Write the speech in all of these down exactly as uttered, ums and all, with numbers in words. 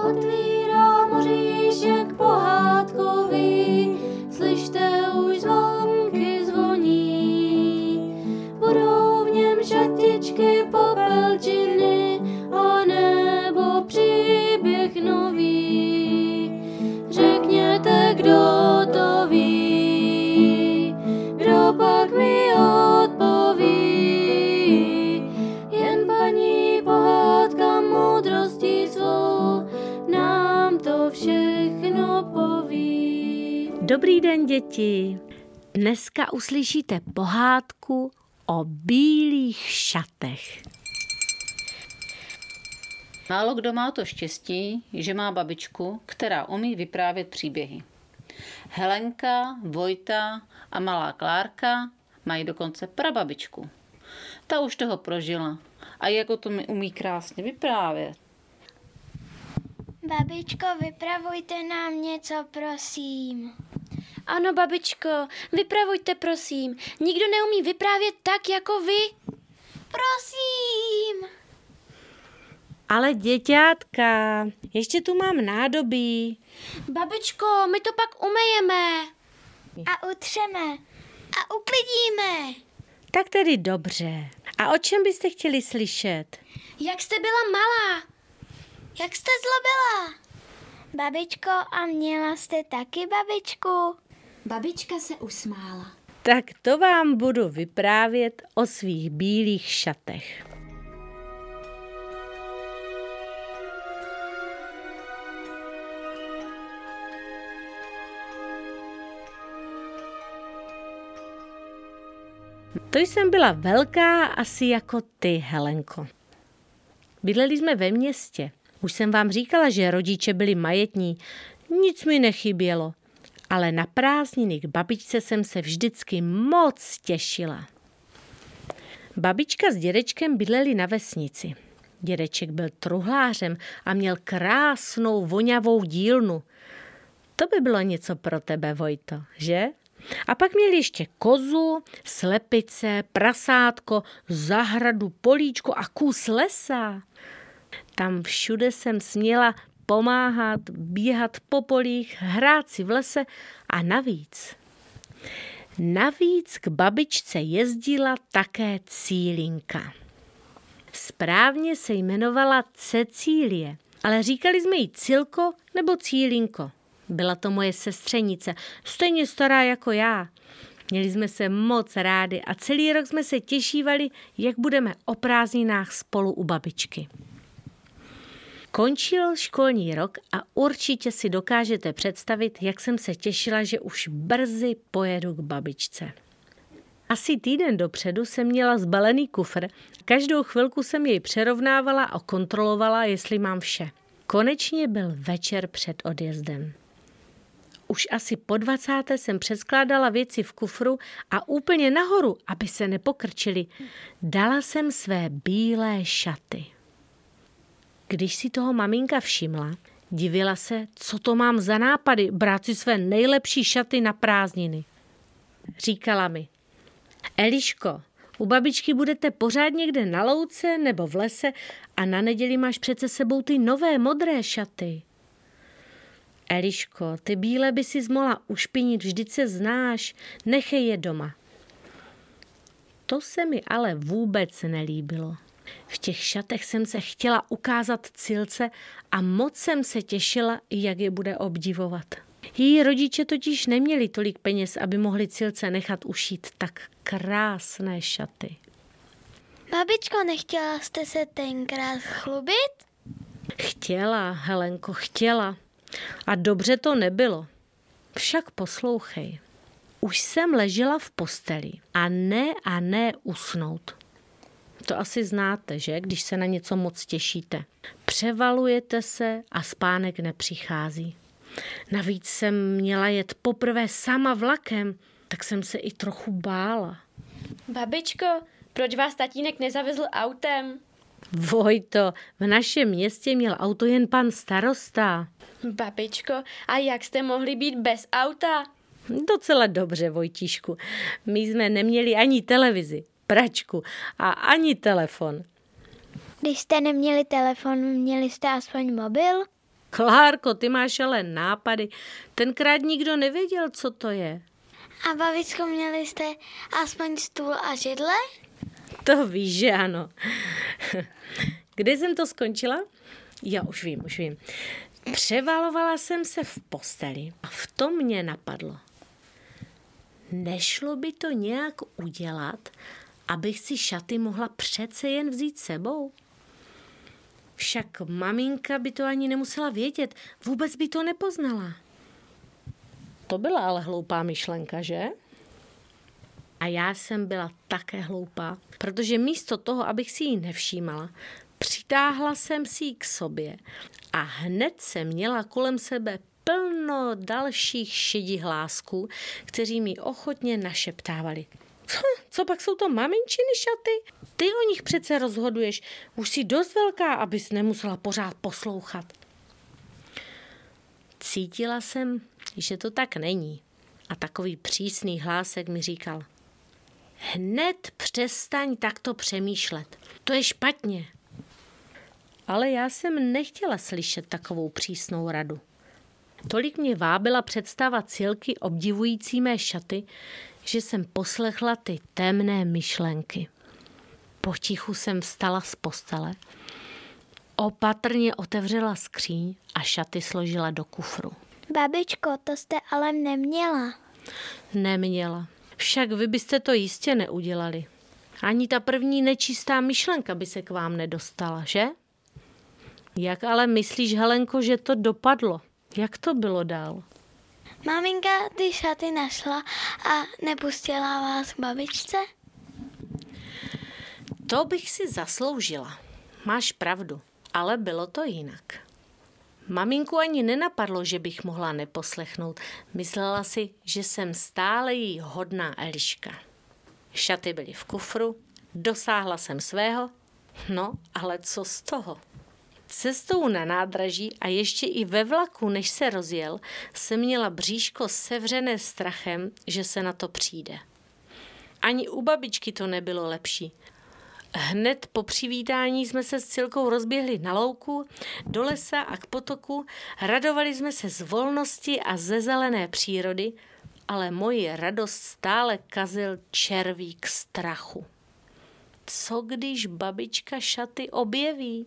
otvírá moříšek pohádkový, slyšte už zvonky zvoní. Budou v něm šatičky, popelčiny a nebo příběh nový. Řekněte, kdo to ví, kdo pak mi odpoví. Jen paní pohádka moudrostí svou nám to všechno poví. Dobrý den, děti. Dneska uslyšíte pohádku o bílých šatech. Málo kdo má to štěstí, že má babičku, která umí vyprávět příběhy. Helenka, Vojta a malá Klárka mají dokonce prababičku. Ta už toho prožila a jako to mi umí krásně vyprávět. Babičko, vypravujte nám něco, prosím. Ano, babičko, vypravujte, prosím. Nikdo neumí vyprávět tak, jako vy. Prosím. Ale děťátka, ještě tu mám nádobí. Babičko, my to pak umyjeme. A utřeme. A uklidíme. Tak tedy dobře. A o čem byste chtěli slyšet? Jak jste byla malá? Jak jste zlobila? Babičko, a měla jste taky babičku? Babička se usmála. Tak to vám budu vyprávět o svých bílých šatech. To jsem byla velká asi jako ty, Helenko. Bydleli jsme ve městě. Už jsem vám říkala, že rodiče byli majetní. Nic mi nechybělo. Ale na prázdniny k babičce jsem se vždycky moc těšila. Babička s dědečkem bydleli na vesnici. Dědeček byl truhlářem a měl krásnou voňavou dílnu. To by bylo něco pro tebe, Vojto, že? A pak měl ještě kozu, slepice, prasátko, zahradu, políčko a kus lesa. Tam všude jsem směla pomáhat, běhat po polích, hrát si v lese a navíc. Navíc k babičce jezdila také Cílinka. Správně se jmenovala Cecílie, ale říkali jsme jí Cilko nebo Cílinko. Byla to moje sestřenice, stejně stará jako já. Měli jsme se moc rádi a celý rok jsme se těšívali, jak budeme o prázdninách spolu u babičky. Končil školní rok a určitě si dokážete představit, jak jsem se těšila, že už brzy pojedu k babičce. Asi týden dopředu jsem měla zbalený kufr. Každou chvilku jsem jej přerovnávala a kontrolovala, jestli mám vše. Konečně byl večer před odjezdem. Už asi po dvacáté jsem přeskládala věci v kufru a úplně nahoru, aby se nepokrčily, dala jsem své bílé šaty. Když si toho maminka všimla, divila se, co to mám za nápady brát si své nejlepší šaty na prázdniny. Říkala mi, Eliško, u babičky budete pořád někde na louce nebo v lese a na neděli máš přece sebou ty nové modré šaty. Eliško, ty bílé by si mohla ušpinit, vždyť se znáš, nechej je doma. To se mi ale vůbec nelíbilo. V těch šatech jsem se chtěla ukázat Cilce a moc jsem se těšila, jak je bude obdivovat. Její rodiče totiž neměli tolik peněz, aby mohli Cilce nechat ušít tak krásné šaty. Babičko, nechtěla jste se tenkrát chlubit? Chtěla, Helenko, chtěla. A dobře to nebylo. Však poslouchej. Už jsem ležela v posteli a ne a ne usnout. To asi znáte, že? Když se na něco moc těšíte. Převalujete se a spánek nepřichází. Navíc jsem měla jet poprvé sama vlakem, tak jsem se i trochu bála. Babičko, proč vás tatínek nezavezl autem? Vojto, v našem městě měl auto jen pan starosta. Babičko, a jak jste mohli být bez auta? Docela dobře, Vojtíšku. My jsme neměli ani televizi, pračku a ani telefon. Když jste neměli telefon, měli jste aspoň mobil? Klárko, ty máš ale nápady. Tenkrát nikdo nevěděl, co to je. A babičko, měli jste aspoň stůl a židle? To víš, že ano. Kde jsem to skončila? Já už vím, už vím. Převalovala jsem se v posteli a v tom mě napadlo. Nešlo by to nějak udělat, abych si šaty mohla přece jen vzít sebou? Však maminka by to ani nemusela vědět, vůbec by to nepoznala. To byla ale hloupá myšlenka, že? A já jsem byla také hloupá, protože místo toho, abych si ji nevšímala, přitáhla jsem si ji k sobě a hned jsem měla kolem sebe plno dalších šedihlásků, kteří mi ochotně našeptávali. Co pak jsou to maminčiny šaty? Ty o nich přece rozhoduješ. Už jsi dost velká, abys nemusela pořád poslouchat. Cítila jsem, že to tak není. A takový přísný hlásek mi říkal: hned přestaň takto přemýšlet. To je špatně. Ale já jsem nechtěla slyšet takovou přísnou radu. Tolik mě vábila představa Cilky obdivující mé šaty, že jsem poslechla ty temné myšlenky. Potichu jsem vstala z postele, opatrně otevřela skříň a šaty složila do kufru. Babičko, to jste ale neměla. Neměla. Však vy byste to jistě neudělali. Ani ta první nečistá myšlenka by se k vám nedostala, že? Jak ale myslíš, Helenko, že to dopadlo? Jak to bylo dál? Maminka ty šaty našla a nepustila vás k babičce? To bych si zasloužila. Máš pravdu, ale bylo to jinak. Maminku ani nenapadlo, že bych mohla neposlechnout. Myslela si, že jsem stále jí hodná Eliška. Šaty byly v kufru, dosáhla jsem svého, no ale co z toho? Cestou na nádraží a ještě i ve vlaku, než se rozjel, jsem měla bříško sevřené strachem, že se na to přijde. Ani u babičky to nebylo lepší. Hned po přivítání jsme se s Cilkou rozběhli na louku, do lesa a k potoku, radovali jsme se z volnosti a ze zelené přírody, ale moji radost stále kazil červík strachu. Co když babička šaty objeví?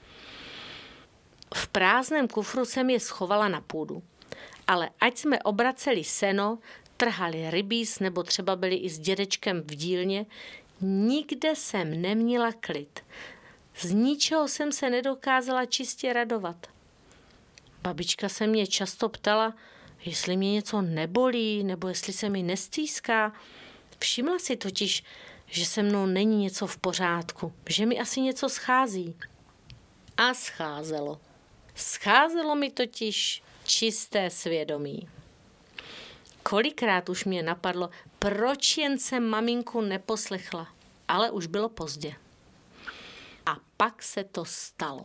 V prázdném kufru jsem je schovala na půdu, ale ať jsme obraceli seno, trhali rybíz nebo třeba byli i s dědečkem v dílně, nikde jsem neměla klid. Z ničeho jsem se nedokázala čistě radovat. Babička se mě často ptala, jestli mě něco nebolí nebo jestli se mi nestýská. Všimla si totiž, že se mnou není něco v pořádku, že mi asi něco schází. A scházelo. Scházelo mi totiž čisté svědomí. Kolikrát už mě napadlo, proč jen jsem maminku neposlechla, ale už bylo pozdě. A pak se to stalo.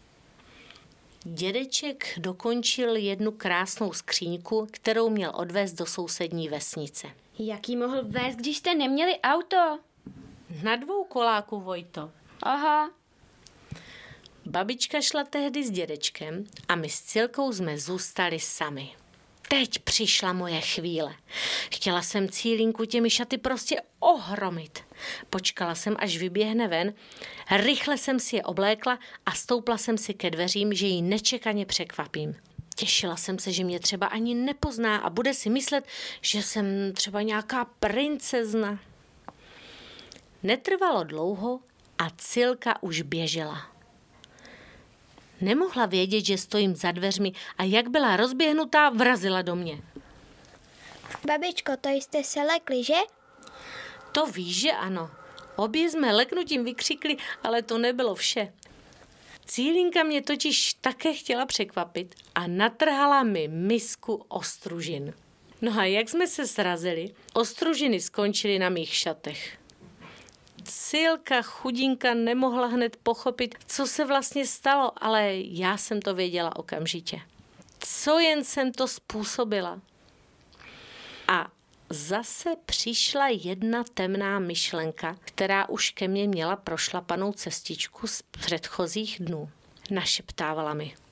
Dědeček dokončil jednu krásnou skříňku, kterou měl odvést do sousední vesnice. Jak jí mohl vést, když jste neměli auto? Na dvou koláku, Vojto. Aha. Babička šla tehdy s dědečkem a my s Cilkou jsme zůstali sami. Teď přišla moje chvíle. Chtěla jsem Cílinku těmi šaty prostě ohromit. Počkala jsem, až vyběhne ven, rychle jsem si je oblékla a stoupla jsem si ke dveřím, že ji nečekaně překvapím. Těšila jsem se, že mě třeba ani nepozná a bude si myslet, že jsem třeba nějaká princezna. Netrvalo dlouho a Cilka už běžela. Nemohla vědět, že stojím za dveřmi a jak byla rozběhnutá, vrazila do mě. Babičko, to jste se lekli, že? To víš, že ano. Obě jsme leknutím vykřikli, ale to nebylo vše. Cílinka mě totiž také chtěla překvapit a natrhala mi misku ostružin. No a jak jsme se srazili, ostružiny skončily na mých šatech. Cilka chudinka nemohla hned pochopit, co se vlastně stalo, ale já jsem to věděla okamžitě. Co jen jsem to způsobila. A zase přišla jedna temná myšlenka, která už ke mně měla prošlapanou cestičku z předchozích dnů. Našeptávala mi.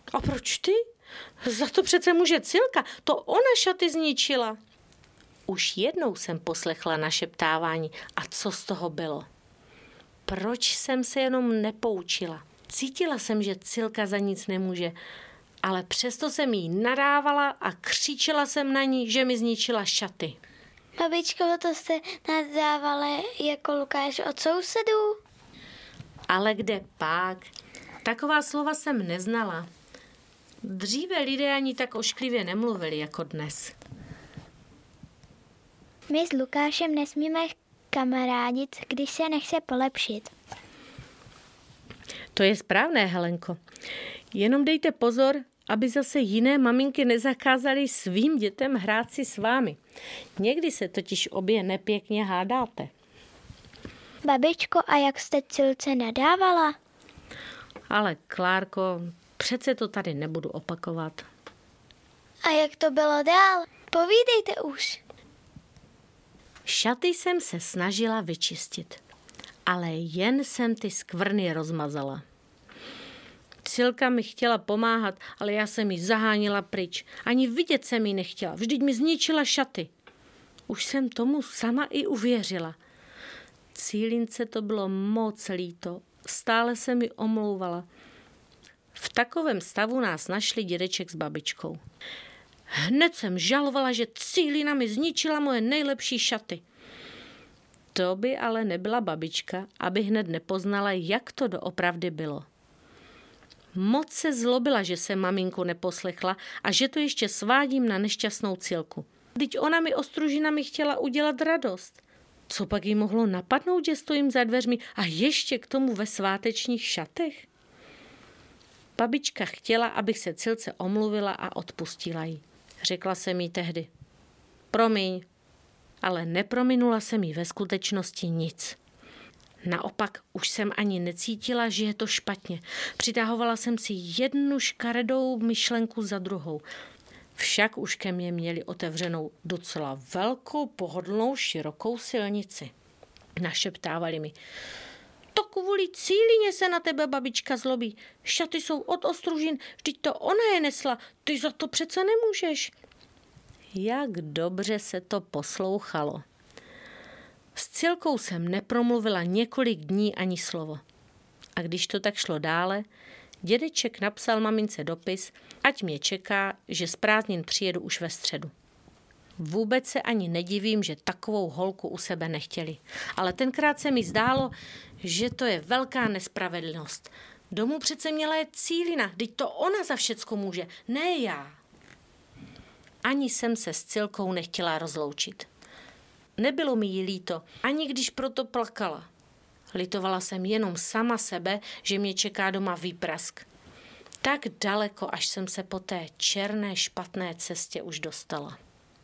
A proč ty? Za to přece může Cilka, to ona šaty zničila. Už jednou jsem poslechla našeptávání a co z toho bylo? Proč jsem se jenom nepoučila? Cítila jsem, že Cilka za nic nemůže, ale přesto jsem jí nadávala a křičela jsem na ní, že mi zničila šaty. Babičko, to jste nadávali jako Lukáš od sousedů? Ale kde pak? Taková slova jsem neznala. Dříve lidé ani tak ošklivě nemluvili jako dnes. My s Lukášem nesmíme kamarádit, když se nechce polepšit. To je správné, Helenko. Jenom dejte pozor, aby zase jiné maminky nezakázaly svým dětem hrát si s vámi. Někdy se totiž obě nepěkně hádáte. Babičko, a jak jste Cilce nadávala? Ale Klárko, přece to tady nebudu opakovat. A jak to bylo dál? Povídejte už. Šaty jsem se snažila vyčistit, ale jen jsem ty skvrny rozmazala. Cilka mi chtěla pomáhat, ale já jsem ji zahánila pryč. Ani vidět jsem ji nechtěla, vždyť mi zničila šaty. Už jsem tomu sama i uvěřila. Cílince to bylo moc líto, stále se mi omlouvala. V takovém stavu nás našli dědeček s babičkou. Hned jsem žalovala, že Cílina mi zničila moje nejlepší šaty. To by ale nebyla babička, aby hned nepoznala, jak to doopravdy bylo. Moc se zlobila, že jsem maminku neposlechla a že to ještě svádím na nešťastnou Cilku. Vždyť ona mi ostružinami chtěla udělat radost. Co pak jí mohlo napadnout, že stojím za dveřmi a ještě k tomu ve svátečních šatech? Babička chtěla, abych se Cilce omluvila a odpustila jí. Řekla jsem jí tehdy. Promiň, ale neprominula jsem jí ve skutečnosti nic. Naopak už jsem ani necítila, že je to špatně. Přitahovala jsem si jednu škaredou myšlenku za druhou. Však už ke mně měli otevřenou docela velkou, pohodlnou, širokou silnici. Našeptávali mi. To kvůli Cílině se na tebe babička zlobí. Šaty jsou od ostružin, vždyť to ona je nesla. Ty za to přece nemůžeš. Jak dobře se to poslouchalo. S Cilkou jsem nepromluvila několik dní ani slovo. A když to tak šlo dále, dědeček napsal mamince dopis, ať mě čeká, že z prázdnin přijedu už ve středu. Vůbec se ani nedivím, že takovou holku u sebe nechtěli. Ale tenkrát se mi zdálo, že to je velká nespravedlnost. Domů přece měla je Cílina, vždyť to ona za všecko může, ne já. Ani jsem se s Cilkou nechtěla rozloučit. Nebylo mi jí líto, ani když proto plakala. Litovala jsem jenom sama sebe, že mě čeká doma výprask. Tak daleko, až jsem se po té černé špatné cestě už dostala.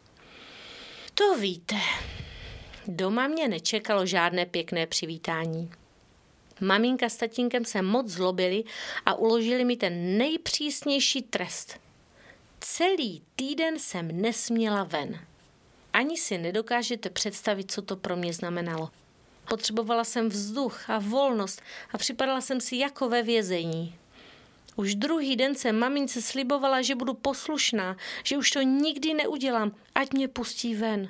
To víte, doma mě nečekalo žádné pěkné přivítání. Maminka s tatínkem se moc zlobili a uložili mi ten nejpřísnější trest. Celý týden jsem nesměla ven. Ani si nedokážete představit, co to pro mě znamenalo. Potřebovala jsem vzduch a volnost a připadala jsem si jako ve vězení. Už druhý den jsem mamince slibovala, že budu poslušná, že už to nikdy neudělám, ať mě pustí ven.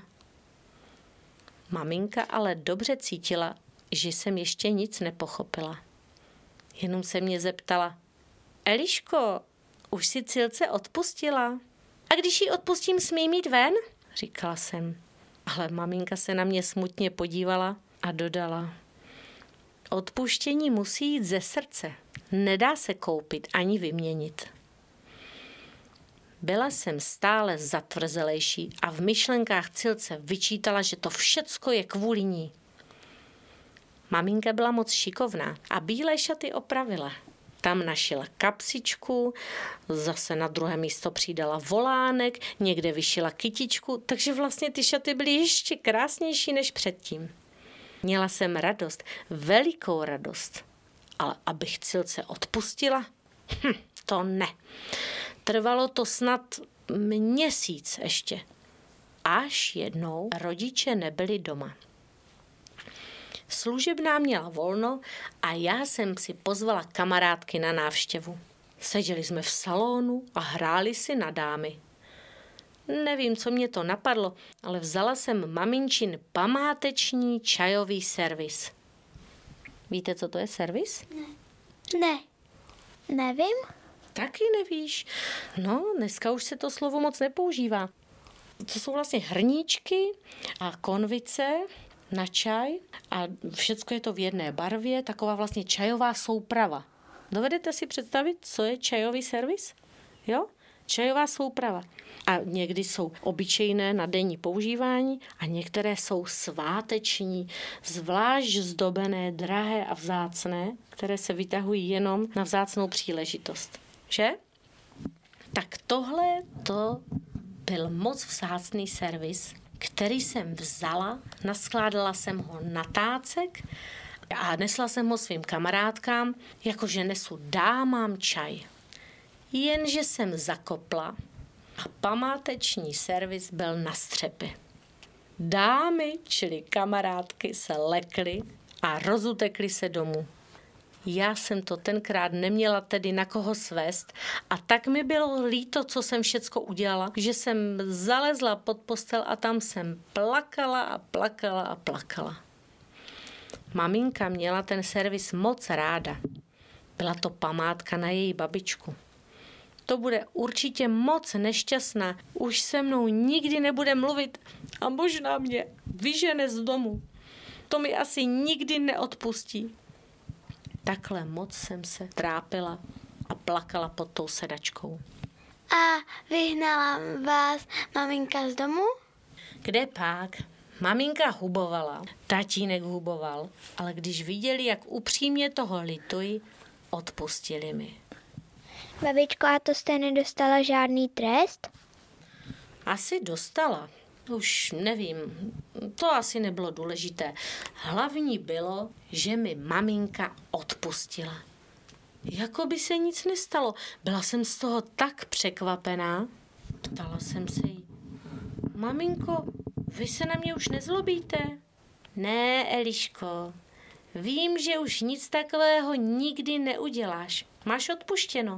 Maminka ale dobře cítila, že jsem ještě nic nepochopila. Jenom se mě zeptala, Eliško, už si Cilce odpustila? A když ji odpustím, smí mít ven? Říkala jsem. Ale maminka se na mě smutně podívala a dodala. Odpuštění musí jít ze srdce. Nedá se koupit ani vyměnit. Byla jsem stále zatvrzelejší a v myšlenkách Cilce vyčítala, že to všecko je kvůli ní. Maminka byla moc šikovná a bílé šaty opravila. Tam našila kapsičku, zase na druhé místo přidala volánek, někde vyšila kytičku, takže vlastně ty šaty byly ještě krásnější než předtím. Měla jsem radost, velikou radost, ale abych Cilce odpustila? Hm, to ne. Trvalo to snad měsíc ještě, až jednou rodiče nebyli doma. Služebná měla volno a já jsem si pozvala kamarádky na návštěvu. Seděli jsme v salonu a hráli si na dámy. Nevím, co mě to napadlo, ale vzala jsem maminčin památeční čajový servis. Víte, co to je servis? Ne. Nevím. Taky nevíš. No, dneska už se to slovo moc nepoužívá. To jsou vlastně hrníčky a konvice na čaj a všecko je to v jedné barvě, taková vlastně čajová souprava. Dovedete si představit, co je čajový servis? Jo? Čajová souprava. A někdy jsou obyčejné na denní používání a některé jsou sváteční, zvlášť zdobené, drahé a vzácné, které se vytahují jenom na vzácnou příležitost. Že? Tak tohle to byl moc vzácný servis, který jsem vzala, naskládala jsem ho na tácek a nesla jsem ho svým kamarádkám, jakože nesu dámám čaj. Jenže jsem zakopla a památeční servis byl na střepy. Dámy, čili kamarádky, se lekly a rozutekly se domů. Já jsem to tenkrát neměla tedy na koho svést a tak mi bylo líto, co jsem všecko udělala, že jsem zalezla pod postel a tam jsem plakala a plakala a plakala. Maminka měla ten servis moc ráda. Byla to památka na její babičku. To bude určitě moc nešťastná. Už se mnou nikdy nebude mluvit a možná mě vyžene z domu. To mi asi nikdy neodpustí. Takhle moc jsem se trápila a plakala pod tou sedačkou. A vyhnala vás maminka z domu? Kde pak? Maminka hubovala, tatínek huboval, ale když viděli, jak upřímně toho lituji, odpustili mi. Babičko, a to jste nedostala žádný trest? Asi dostala. Už nevím, to asi nebylo důležité. Hlavní bylo, že mi maminka odpustila. Jako by se nic nestalo. Byla jsem z toho tak překvapená. Ptala jsem se jí, maminko, vy se na mě už nezlobíte? Ne, Eliško, vím, že už nic takového nikdy neuděláš. Máš odpuštěno.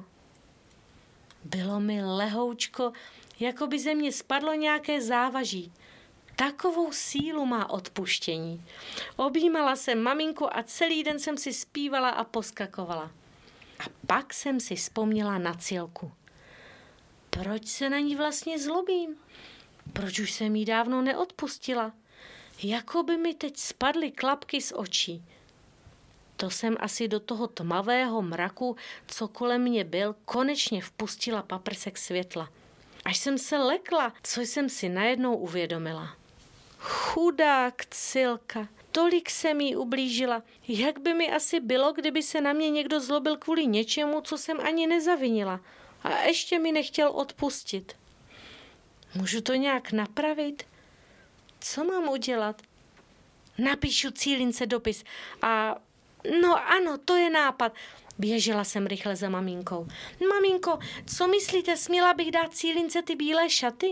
Bylo mi lehoučko, jako by ze mě spadlo nějaké závaží. Takovou sílu má odpuštění. Objímala jsem maminku a celý den jsem si zpívala a poskakovala. A pak jsem si vzpomněla na Cílku. Proč se na ní vlastně zlobím? Proč už jsem jí dávno neodpustila? Jako by mi teď spadly klapky z očí. To jsem asi do toho tmavého mraku, co kolem mě byl, konečně vpustila paprsek světla. Až jsem se lekla, co jsem si najednou uvědomila. Chudák Cílka, tolik jsem jí ublížila. Jak by mi asi bylo, kdyby se na mě někdo zlobil kvůli něčemu, co jsem ani nezavinila. A ještě mi nechtěl odpustit. Můžu to nějak napravit? Co mám udělat? Napíšu Cílince dopis a... No ano, to je nápad. Běžela jsem rychle za maminkou. Maminko, co myslíte, směla bych dát Cílince ty bílé šaty?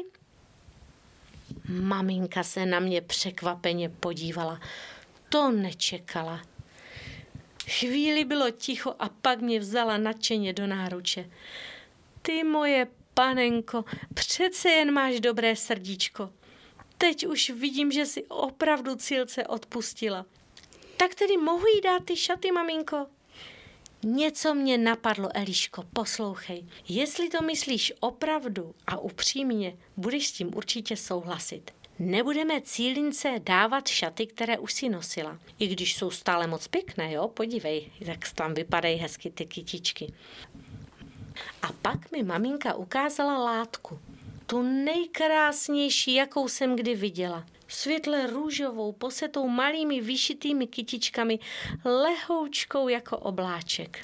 Maminka se na mě překvapeně podívala. To nečekala. Chvíli bylo ticho a pak mě vzala nadšeně do náruče. Ty moje panenko, přece jen máš dobré srdíčko. Teď už vidím, že si opravdu Cílce odpustila. Tak tedy mohu jí dát ty šaty, maminko? Něco mě napadlo, Eliško, poslouchej. Jestli to myslíš opravdu a upřímně, budeš s tím určitě souhlasit. Nebudeme Cílince dávat šaty, které už si nosila. I když jsou stále moc pěkné, jo? Podívej, jak tam vypadají hezky ty kytičky. A pak mi maminka ukázala látku. Tu nejkrásnější, jakou jsem kdy viděla. Světle růžovou, posetou malými vyšitými kytičkami, lehoučkou jako obláček.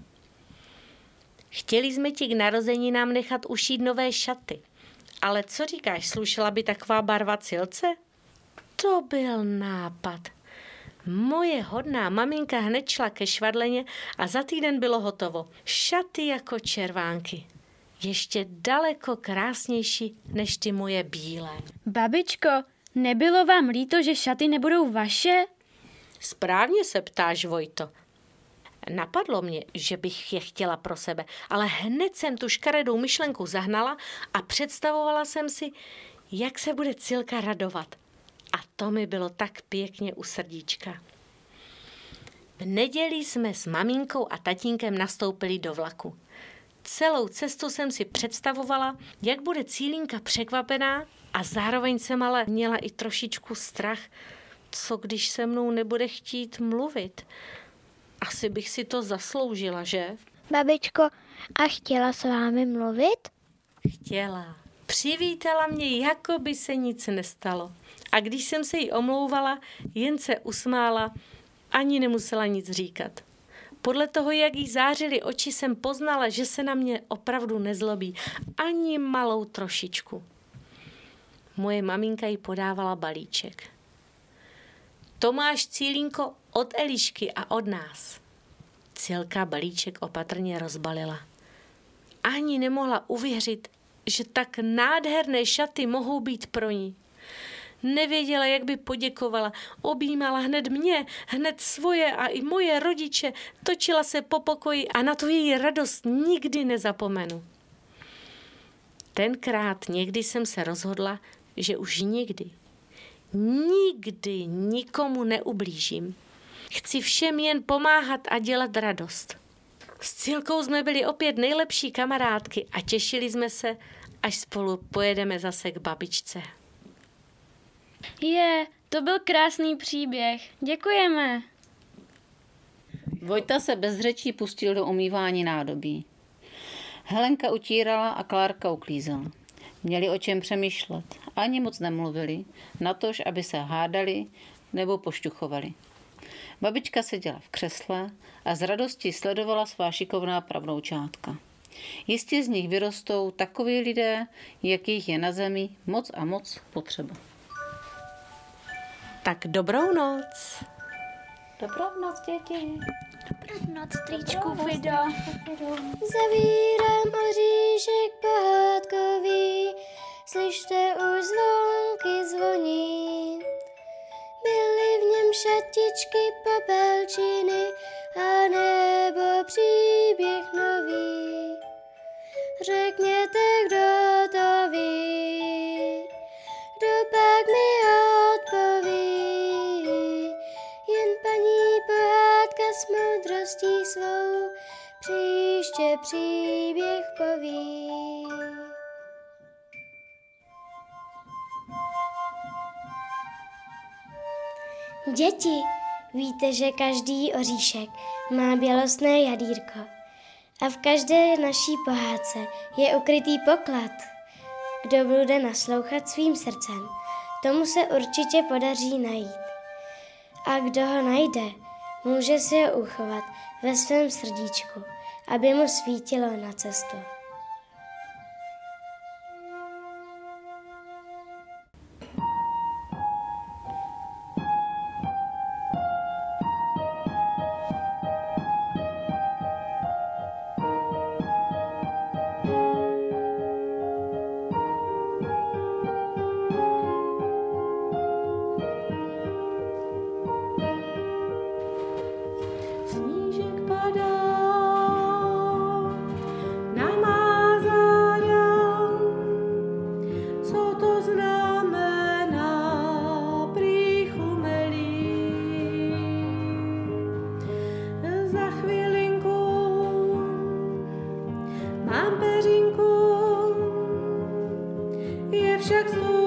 Chtěli jsme ti k narozeninám nechat ušít nové šaty. Ale co říkáš, slušela by taková barva Cílce? To byl nápad. Moje hodná maminka hned šla ke švadleně a za týden bylo hotovo. Šaty jako červánky. Ještě daleko krásnější než ty moje bílé. Babičko, nebylo vám líto, že šaty nebudou vaše? Správně se ptáš, Vojto. Napadlo mě, že bych je chtěla pro sebe, ale hned jsem tu škaredou myšlenku zahnala a představovala jsem si, jak se bude Cilka radovat. A to mi bylo tak pěkně u srdíčka. V neděli jsme s maminkou a tatínkem nastoupili do vlaku. Celou cestu jsem si představovala, jak bude Cílinka překvapená a zároveň jsem ale měla i trošičku strach, co když se mnou nebude chtít mluvit. Asi bych si to zasloužila, že? Babičko, a chtěla s vámi mluvit? Chtěla. Přivítala mě, jako by se nic nestalo. A když jsem se jí omlouvala, jen se usmála, ani nemusela nic říkat. Podle toho, jak jí zářily oči, jsem poznala, že se na mě opravdu nezlobí. Ani malou trošičku. Moje maminka jí podávala balíček. Tomáš, Cílinko, od Elišky a od nás. Cilka balíček opatrně rozbalila. Ani nemohla uvěřit, že tak nádherné šaty mohou být pro ní. Nevěděla, jak by poděkovala. Objímala hned mě, hned svoje a i moje rodiče. Točila se po pokoji a na tu její radost nikdy nezapomenu. Tenkrát někdy jsem se rozhodla, že už nikdy, nikdy nikomu neublížím. Chci všem jen pomáhat a dělat radost. S Cilkou jsme byli opět nejlepší kamarádky a těšili jsme se, až spolu pojedeme zase k babičce. Je, to byl krásný příběh. Děkujeme. Vojta se bez řečí pustil do umývání nádobí. Helenka utírala a Klárka uklízela. Měli o čem přemýšlet. Ani moc nemluvili, natož, aby se hádali nebo pošťuchovali. Babička seděla v křesle a z radosti sledovala svá šikovná pravnoučátka. Jistě z nich vyrostou takoví lidé, jakých je na zemi moc a moc potřeba. Tak dobrou noc. Dobrou noc, děti. Dobrou noc, tričku Fido. Zavírám oříšek pohádkový, slyšte už zvonky zvoní. Byly v něm šatičky, popelčiny a nebo příběh nový. Řekněte, kdo to ví, kdo pak mi odpoví. Jen paní pohádka s moudrostí svou příště příběh poví. Děti, víte, že každý oříšek má bělostné jadírko a v každé naší pohádce je ukrytý poklad. Kdo bude naslouchat svým srdcem, tomu se určitě podaří najít. A kdo ho najde, může si ho uchovat ve svém srdíčku, aby mu svítilo na cestu. Snížek padá na má záda. Co to znamená, prý chumelí? Za chvilinku mám peřinku, je však svůj